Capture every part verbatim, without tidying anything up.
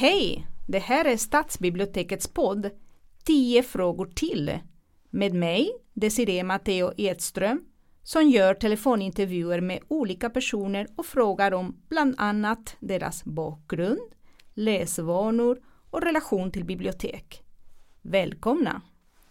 Hej, det här är Stadsbibliotekets podd tio frågor till med mig, Desiree Matteo Edström, som gör telefonintervjuer med olika personer och frågar om bland annat deras bakgrund, läsvanor och relation till bibliotek. Välkomna!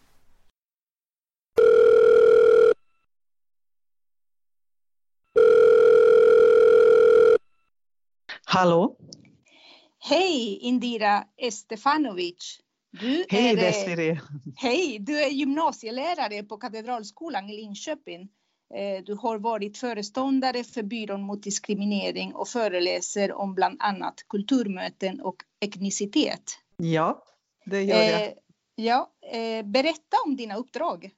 Hallå? Hej Indira Estefanovic. Du Hej är, Desiree. Hej, du är gymnasielärare på Katedralskolan i Linköping. Du har varit föreståndare för byrån mot diskriminering och föreläser om bland annat kulturmöten och etnicitet. Ja, det gör jag. Eh, ja, eh, berätta om dina uppdrag.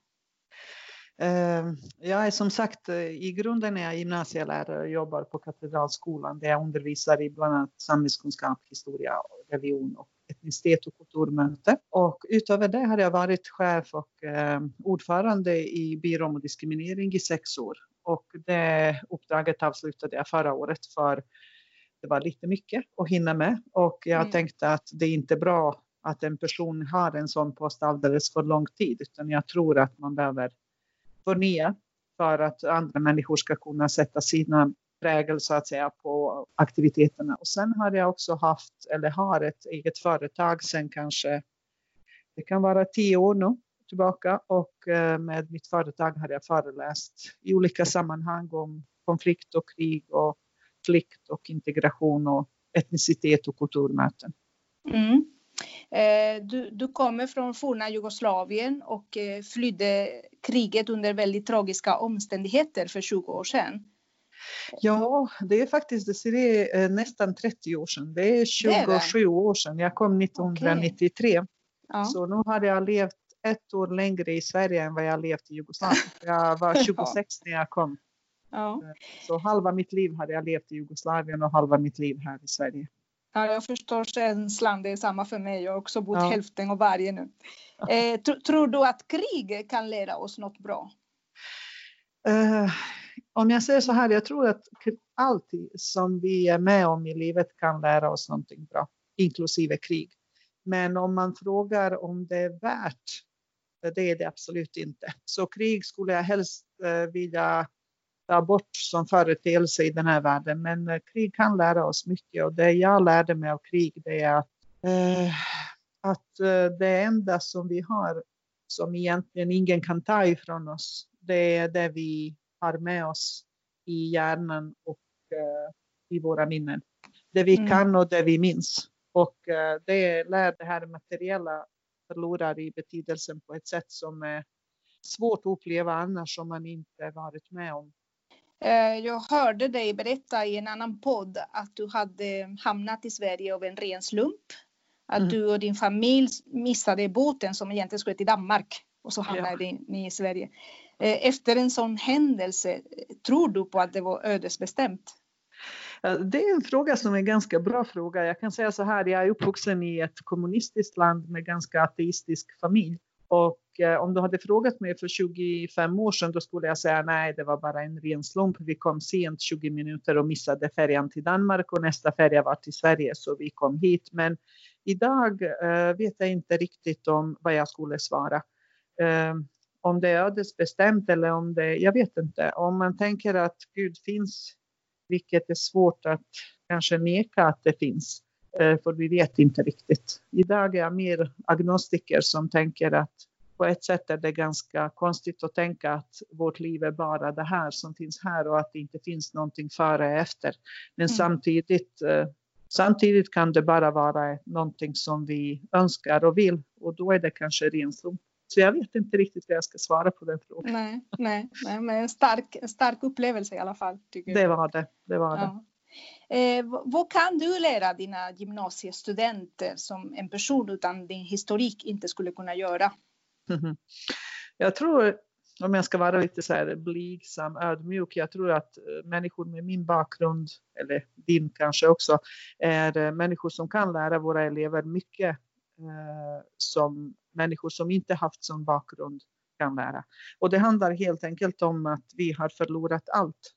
Uh, jag är som sagt, i grunden är jag gymnasielärare och jobbar på Katedralskolan där jag undervisar i bland annat samhällskunskap, historia, religion och etnicitet och kulturmöte. Och utöver det har jag varit chef och uh, ordförande i byrån mot diskriminering i sex år. Och det uppdraget avslutade jag förra året för det var lite mycket att hinna med. Och jag mm. tänkte att det är inte bra att en person har en sån post alldeles för lång tid, utan jag tror att man behöver förnya för att andra människor ska kunna sätta sina prägel så att säga på aktiviteterna. Och sen har jag också haft eller har ett eget företag sen kanske det kan vara tio år nu tillbaka, och med mitt företag har jag föreläst i olika sammanhang om konflikt och krig och flykt och integration och etnicitet och kulturmöten. Mm. Du, du kommer från forna Jugoslavien och flydde kriget under väldigt tragiska omständigheter för tjugo år sedan. Ja, det är faktiskt det är nästan trettio år sedan. Det är tjugosju år sedan. Jag kom nittonhundranittiotre. Okay. Ja. Så nu har jag levt ett år längre i Sverige än vad jag levt i Jugoslavien. Jag var tjugosex när jag kom. Ja. Så halva mitt liv hade jag levt i Jugoslavien och halva mitt liv här i Sverige. Ja, jag förstår känslan, det är samma för mig. Jag har också bott ja. hälften av varje nu. Eh, tr- tror du att krig kan lära oss något bra? Uh, om jag säger så här, jag tror att allt som vi är med om i livet kan lära oss någonting bra, inklusive krig. Men om man frågar om det är värt, det är det absolut inte. Så krig skulle jag helst uh, vilja ta bort som företeelse i den här världen. Men uh, krig kan lära oss mycket. Och det jag lärde mig av krig, det är att, uh, att uh, det enda som vi har som egentligen ingen kan ta ifrån oss, det är det vi har med oss i hjärnan och uh, i våra minnen. Det vi mm. kan och det vi minns. Och uh, det lär det här materiella förlorar i betydelsen på ett sätt som är svårt att uppleva annars om man inte varit med om. Jag hörde dig berätta i en annan podd att du hade hamnat i Sverige av en ren slump. Att mm. du och din familj missade båten som egentligen skulle till Danmark. Och så hamnade ja. ni i Sverige. Efter en sån händelse, tror du på att det var ödesbestämt? Det är en fråga som är en ganska bra fråga. Jag kan säga så här, jag är uppvuxen i ett kommunistiskt land med ganska ateistisk familj. Och eh, om du hade frågat mig för tjugofem år sedan, då skulle jag säga nej, det var bara en ren slump. Vi kom sent tjugo minuter och missade färjan till Danmark och nästa färja var till Sverige, så vi kom hit. Men idag eh, vet jag inte riktigt om vad jag skulle svara. Eh, om det är ödesbestämt eller om det, jag vet inte. Om man tänker att Gud finns, vilket är svårt att kanske neka att det finns. För vi vet inte riktigt. Idag är jag mer agnostiker som tänker att på ett sätt är det ganska konstigt att tänka att vårt liv är bara det här som finns här och att det inte finns någonting före och efter. Men mm. samtidigt, samtidigt kan det bara vara någonting som vi önskar och vill, och då är det kanske ren slump. Så jag vet inte riktigt vad jag ska svara på den frågan. Nej, nej, nej, men en stark, en stark upplevelse i alla fall. Tycker det var det, det var det. Ja. Eh, vad kan du lära dina gymnasiestudenter som en person utan din historik inte skulle kunna göra? Mm-hmm. Jag tror, om jag ska vara lite så här blygsam, ödmjuk, jag tror att människor med min bakgrund, eller din kanske också, är människor som kan lära våra elever mycket eh, som människor som inte haft sån bakgrund kan lära. Och det handlar helt enkelt om att vi har förlorat allt.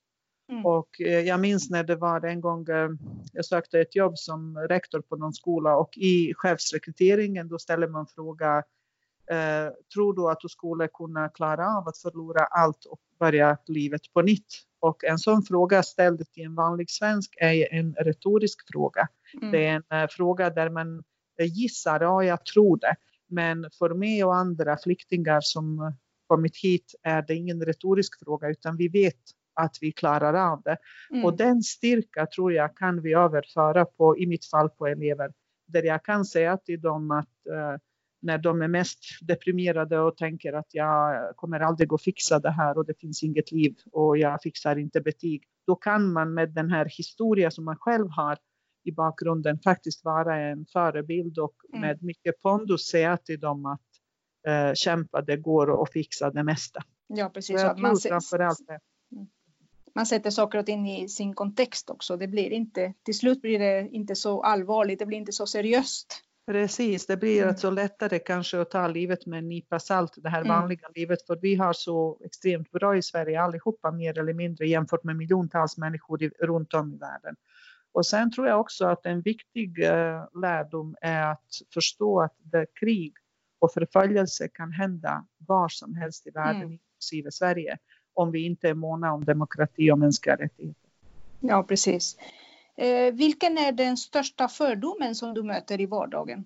Mm. Och eh, jag minns när det var en gång eh, jag sökte ett jobb som rektor på någon skola, och i chefsrekryteringen då ställer man fråga: Eh, tror du att du skulle kunna klara av att förlora allt och börja livet på nytt? Och en sån fråga ställd till en vanlig svensk är en retorisk fråga. Mm. Det är en eh, fråga där man gissar, ja jag tror det. Men för mig och andra flyktingar som kommit hit är det ingen retorisk fråga, utan vi vet att vi klarar av det. Mm. Och den styrka tror jag kan vi överföra på, i mitt fall på elever. Där jag kan säga till dem att eh, när de är mest deprimerade och tänker att jag kommer aldrig att fixa det här och det finns inget liv och jag fixar inte betyg. Då kan man med den här historien som man själv har i bakgrunden faktiskt vara en förebild och mm. med mycket pondus säga till dem att eh, kämpa, det går att fixa det mesta. Ja, precis. Så att man, sätter, man sätter saker och in i sin kontext också. Det blir inte, till slut blir det inte så allvarligt, det blir inte så seriöst. Precis, det blir mm. så lättare kanske att ta livet med en nypa salt, det här vanliga mm. livet. För vi har så extremt bra i Sverige allihopa, mer eller mindre, jämfört med miljontals människor i, runt om i världen. Och sen tror jag också att en viktig eh, lärdom är att förstå att det krig och förföljelse kan hända var som helst i världen, mm. inklusive Sverige, om vi inte är måna om demokrati och mänskliga rättigheter. Ja, precis. Eh, vilken är den största fördomen som du möter i vardagen?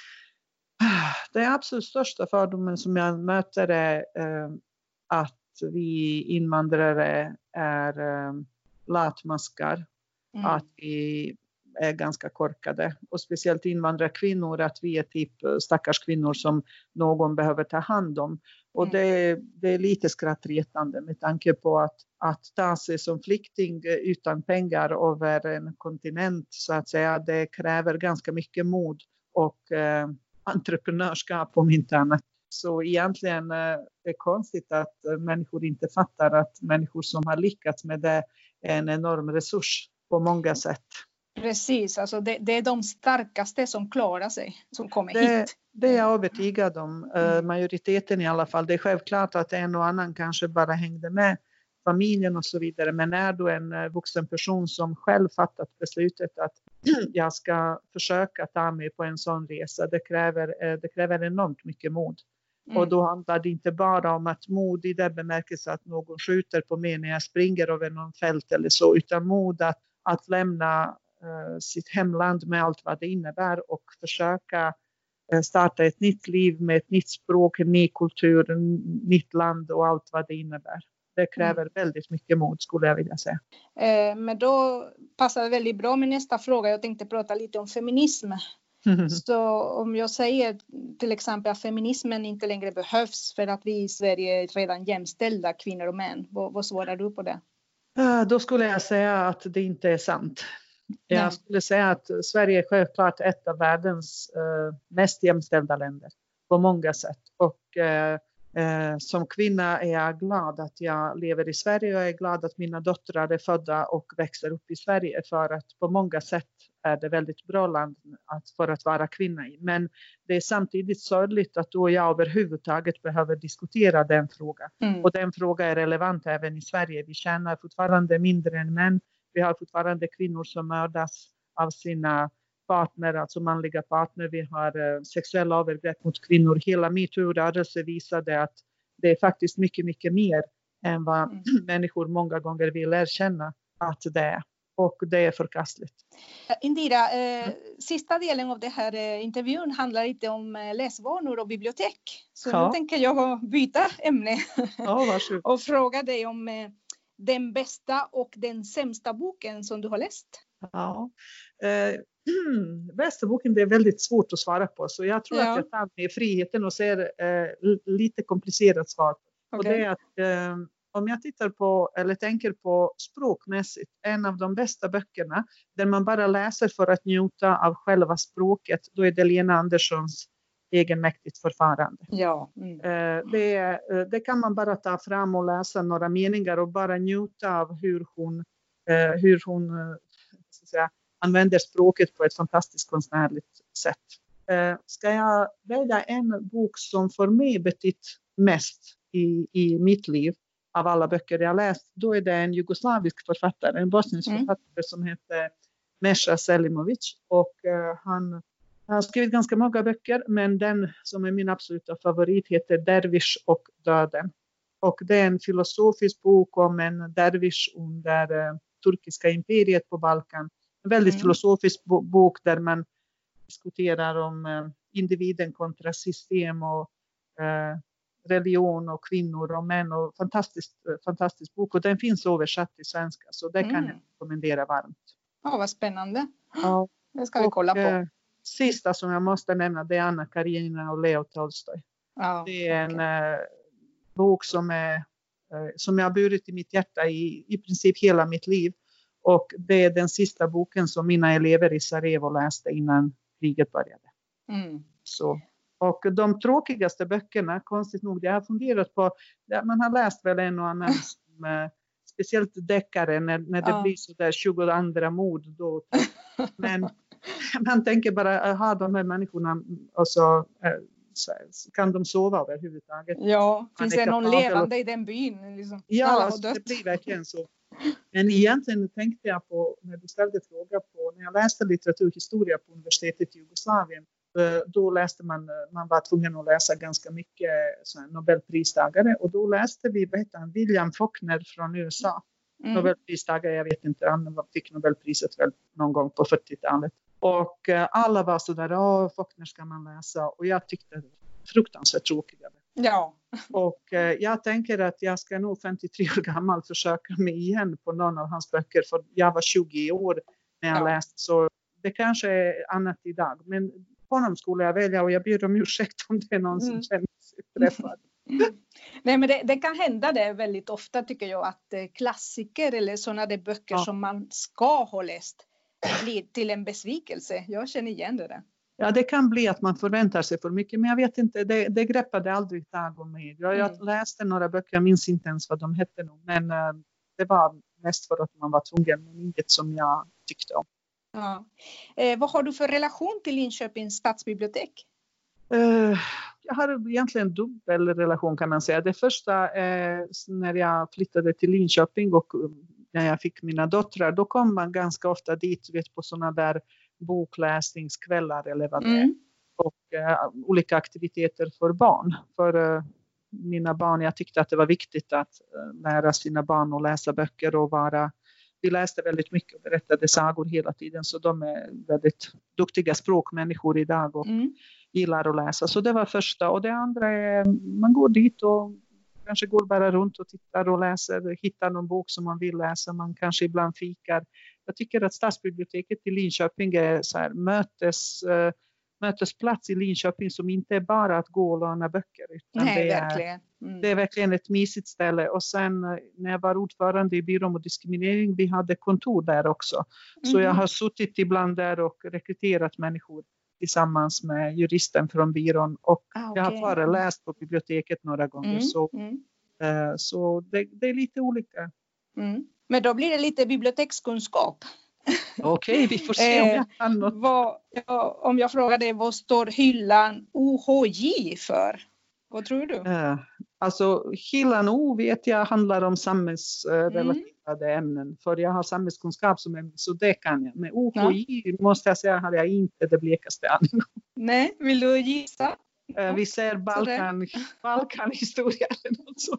Den absolut största fördomen som jag möter är eh, att vi invandrare är eh, latmaskar. Mm. Att vi är ganska korkade. Och speciellt invandrarkvinnor, att vi är typ stackars kvinnor som någon behöver ta hand om. Och mm. det, det är lite skrattretande med tanke på att, att ta sig som flykting utan pengar över en kontinent, så att säga, det kräver ganska mycket mod och eh, entreprenörskap om inte annat. Så egentligen eh, är det konstigt att eh, människor inte fattar att människor som har lyckats med det är en enorm resurs på många sätt. Precis, alltså det, det är de starkaste som klarar sig, som kommer det, hit. Det är jag övertygad om, mm. majoriteten i alla fall. Det är självklart att en och annan kanske bara hängde med familjen och så vidare. Men är du en vuxen person som själv fattat beslutet att jag ska försöka ta mig på en sån resa, det kräver, det kräver enormt mycket mod. Mm. Och då handlar det inte bara om att mod i det bemärkelse att någon skjuter på mig när jag springer över någon fält eller så, utan mod att, att lämna uh, sitt hemland med allt vad det innebär och försöka uh, starta ett nytt liv med ett nytt språk, en ny kultur, en nytt land och allt vad det innebär. Det kräver mm. väldigt mycket mod, skulle jag vilja säga. Eh, men då passar det väldigt bra med nästa fråga. Jag tänkte prata lite om feminism. Mm. Så om jag säger till exempel att feminismen inte längre behövs för att vi i Sverige är redan jämställda, kvinnor och män. Vad, vad svarar du på det? Uh, då skulle jag säga att det inte är sant. Nej. Jag skulle säga att Sverige är självklart ett av världens uh, mest jämställda länder på många sätt. Och uh, uh, som kvinna är jag glad att jag lever i Sverige och jag är glad att mina döttrar är födda och växer upp i Sverige, för att på många sätt är det väldigt bra land att, för att vara kvinna i. Men det är samtidigt sorgligt att du och jag överhuvudtaget behöver diskutera den frågan. Mm. Och den frågan är relevant även i Sverige. Vi tjänar fortfarande mindre än män. Vi har fortfarande kvinnor som mördas av sina partner, alltså manliga partner. Vi har uh, sexuella övergrepp mot kvinnor. Hela MeToo-rörelsen visade att det är faktiskt mycket, mycket mer än vad mm. människor många gånger vill erkänna att det är. Och det är förkastligt. Indira, eh, sista delen av det här eh, intervjun handlar lite om eh, läsvanor och bibliotek. Så ja. Nu tänker jag byta ämne ja, varsågod. och fråga dig om eh, den bästa och den sämsta boken som du har läst. Ja, eh, bästa boken, det är väldigt svårt att svara på. Så jag tror ja. att jag tar mig friheten och ser eh, lite komplicerat svar. Okay. Och det är att eh, om jag tittar på eller tänker på språkmässigt, en av de bästa böckerna där man bara läser för att njuta av själva språket, då är det Lena Anderssons Egenmäktigt förfarande. Ja. Mm. Det, det kan man bara ta fram och läsa några meningar och bara njuta av hur hon, hur hon så att säga, använder språket på ett fantastiskt konstnärligt sätt. Ska jag välja en bok som för mig betytt mest i, i mitt liv, av alla böcker jag läst, då är det en jugoslavisk författare, en bosnisk Mm. författare som heter Mesha Selimovic. Och uh, han har skrivit ganska många böcker, men den som är min absoluta favorit heter Dervish och döden. Och det är en filosofisk bok om en dervish under uh, turkiska imperiet på Balkan. En väldigt mm. filosofisk bo- bok där man diskuterar om uh, individen kontra system och uh, religion och kvinnor och män. Och fantastisk, uh, fantastisk bok. Och den finns översatt till svenska, så det kan mm. jag rekommendera varmt. Ja, vad spännande. Ja. Det ska vi kolla på. Uh, sista som jag måste nämna, det är Anna Karenina och Leo Tolstoj. Ja, det är okay. en uh, bok som, är, uh, som jag har burit i mitt hjärta i, i princip hela mitt liv. Och det är den sista boken som mina elever i Sarajevo läste innan kriget började. Mm. Så. Och de tråkigaste böckerna, konstigt nog, det har funderat på, man har läst väl en och annan som, uh, speciellt deckare när, när det ja. blir så där tjugoandra mord då. Men man tänker bara, ha de här människorna och så, så kan de sova överhuvudtaget. Ja, finns det någon levande och... i den byn? Liksom. Ja, alltså, det blir verkligen så. Men egentligen tänkte jag på, när du ställde fråga på, när jag läste litteraturhistoria på universitetet i Jugoslavien, då läste man, man var tvungen att läsa ganska mycket Nobelpristagare, och då läste vi, vad heter han, William Faulkner från U S A. Mm. Nobelpristagare, jag vet inte, han fick Nobelpriset väl någon gång på fyrtiotalet. Och uh, alla var så där, åh, Faulkner ska man läsa. Och jag tyckte det var fruktansvärt tråkiga. Ja. Och uh, jag tänker att jag ska nog femtiotre år gammal försöka mig igen på någon av hans böcker. För jag var tjugo år när jag ja. läste, så det kanske är annat idag. Men honom skulle jag välja, och jag ber om ursäkt om det är någon mm. som känner sig träffad. Nej, men det, det kan hända det väldigt ofta, tycker jag, att eh, klassiker eller sådana där böcker ja. som man ska ha läst blir till en besvikelse. Jag känner igen det där. Ja, det kan bli att man förväntar sig för mycket, men jag vet inte, det, det greppade aldrig tag om mig. Jag, mm. jag läste några böcker, jag minns inte ens vad de hette nu, men uh, det var mest för att man var tvungen, men inget som jag tyckte om. Ja. Eh, vad har du för relation till Linköpings stadsbibliotek? Uh, jag har egentligen dubbel relation, kan man säga. Det första är när jag flyttade till Linköping och när jag fick mina döttrar, då kom man ganska ofta dit, vet, på sådana där bokläsningskvällar eller vad det är. Mm. Och uh, olika aktiviteter för barn. För uh, mina barn, jag tyckte att det var viktigt att uh, lära sina barn att läsa böcker och vara... Vi läste väldigt mycket och berättade sagor hela tiden, så de är väldigt duktiga språkmänniskor idag och mm. gillar att läsa. Så det var första. Och det andra är, man går dit och kanske går bara runt och tittar och läser, hittar någon bok som man vill läsa. Man kanske ibland fikar. Jag tycker att stadsbiblioteket i Linköping är så här mötes, uh, mötesplats i Linköping som inte är bara att gå och låna böcker. Utan Nej, det är, verkligen. Mm. Det är verkligen ett mysigt ställe. Och sen när jag var ordförande i byrån mot diskriminering, vi hade kontor där också. Mm. Så jag har suttit ibland där och rekryterat människor tillsammans med juristen från byrån. Och ah, okay. jag har föreläst på biblioteket några gånger. Mm. Så, mm. Uh, så det, det är lite olika. Mm. Men då blir det lite bibliotekskunskap. Okej, okay, vi får se om jag kan något. Eh, vad, ja, om jag frågar dig, vad står hyllan O H J för? Vad tror du? Uh, alltså hyllan O vet jag handlar om samhällsrelaterade mm. ämnen. För jag har samhällskunskap som ämne, så det kan jag. Men O H J ja. måste jag säga, hade jag inte det blekaste aning. Nej, vill du gissa? Uh, vi ser Balkan, Balkanhistoria eller något så.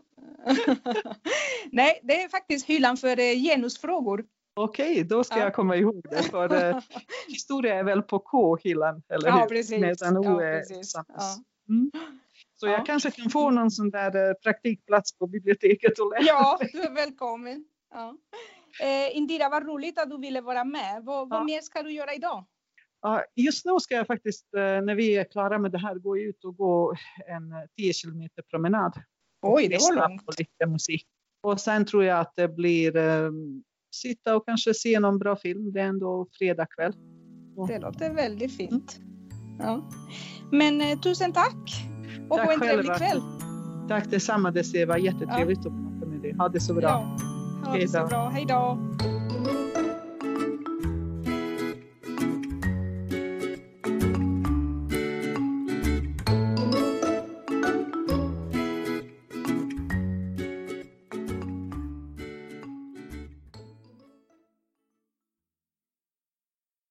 Nej, det är faktiskt hyllan för eh, genusfrågor. Okej, okay, då ska ja. jag komma ihåg det. För uh, historia är väl på K-hyllan, eller ja, hur? Precis. Medan O ja, är precis. Ja. Mm. Så ja. jag kanske kan få någon sån där uh, praktikplats på biblioteket och läsa. Ja, du är välkommen. Ja. Eh, Indira, vad roligt att du ville vara med. Vad, ja. vad mer ska du göra idag? Uh, just nu ska jag faktiskt, uh, när vi är klara med det här, gå ut och gå en tio kilometer promenad. Oj, det var långt. Och lite musik. Och sen tror jag att det blir um, sitta och kanske se någon bra film. Det är ändå fredag kväll. Och... Det låter väldigt fint. Mm. Ja. Men eh, tusen tack. Och tack en trevlig kväll. Tack detsamma, det var jättetrevligt ja. att prata med dig. Ha det så bra. Ja. Ha det så bra. Hej då.